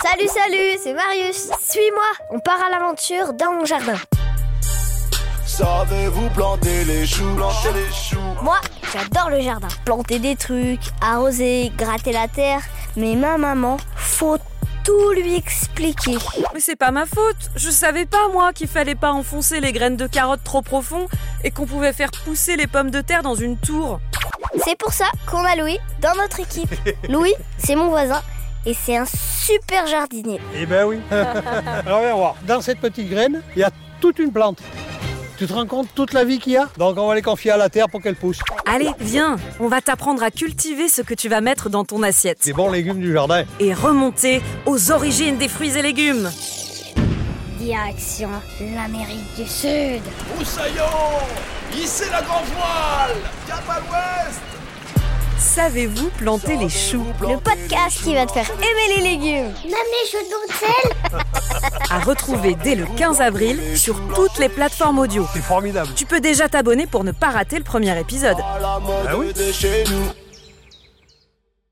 Salut, c'est Marius. Suis-moi, on part à l'aventure dans mon jardin. Savez-vous planter les choux? Moi, j'adore le jardin. Planter des trucs, arroser, gratter la terre. Mais ma maman, faut tout lui expliquer. Mais c'est pas ma faute. Je savais pas, moi, qu'il fallait pas enfoncer les graines de carottes trop profond et qu'on pouvait faire pousser les pommes de terre dans une tour. C'est pour ça qu'on a Louis dans notre équipe. Louis, c'est mon voisin et c'est un super jardinier. Eh ben oui. Alors viens voir, dans cette petite graine, il y a toute une plante. Tu te rends compte toute la vie qu'il y a? Donc on va les confier à la terre pour qu'elle pousse. Allez, viens, on va t'apprendre à cultiver ce que tu vas mettre dans ton assiette. Les bons légumes du jardin. Et remonter aux origines des fruits et légumes. Direction l'Amérique du Sud. Moussaillon, hissez la grande voile, cap à l'ouest. Savez-vous planter les choux? Le podcast qui va te faire aimer les légumes. Même les choux de sel. À retrouver dès le 15 avril sur toutes les plateformes audio. C'est formidable. Tu peux déjà t'abonner pour ne pas rater le premier épisode. À la mode Ah oui de chez nous.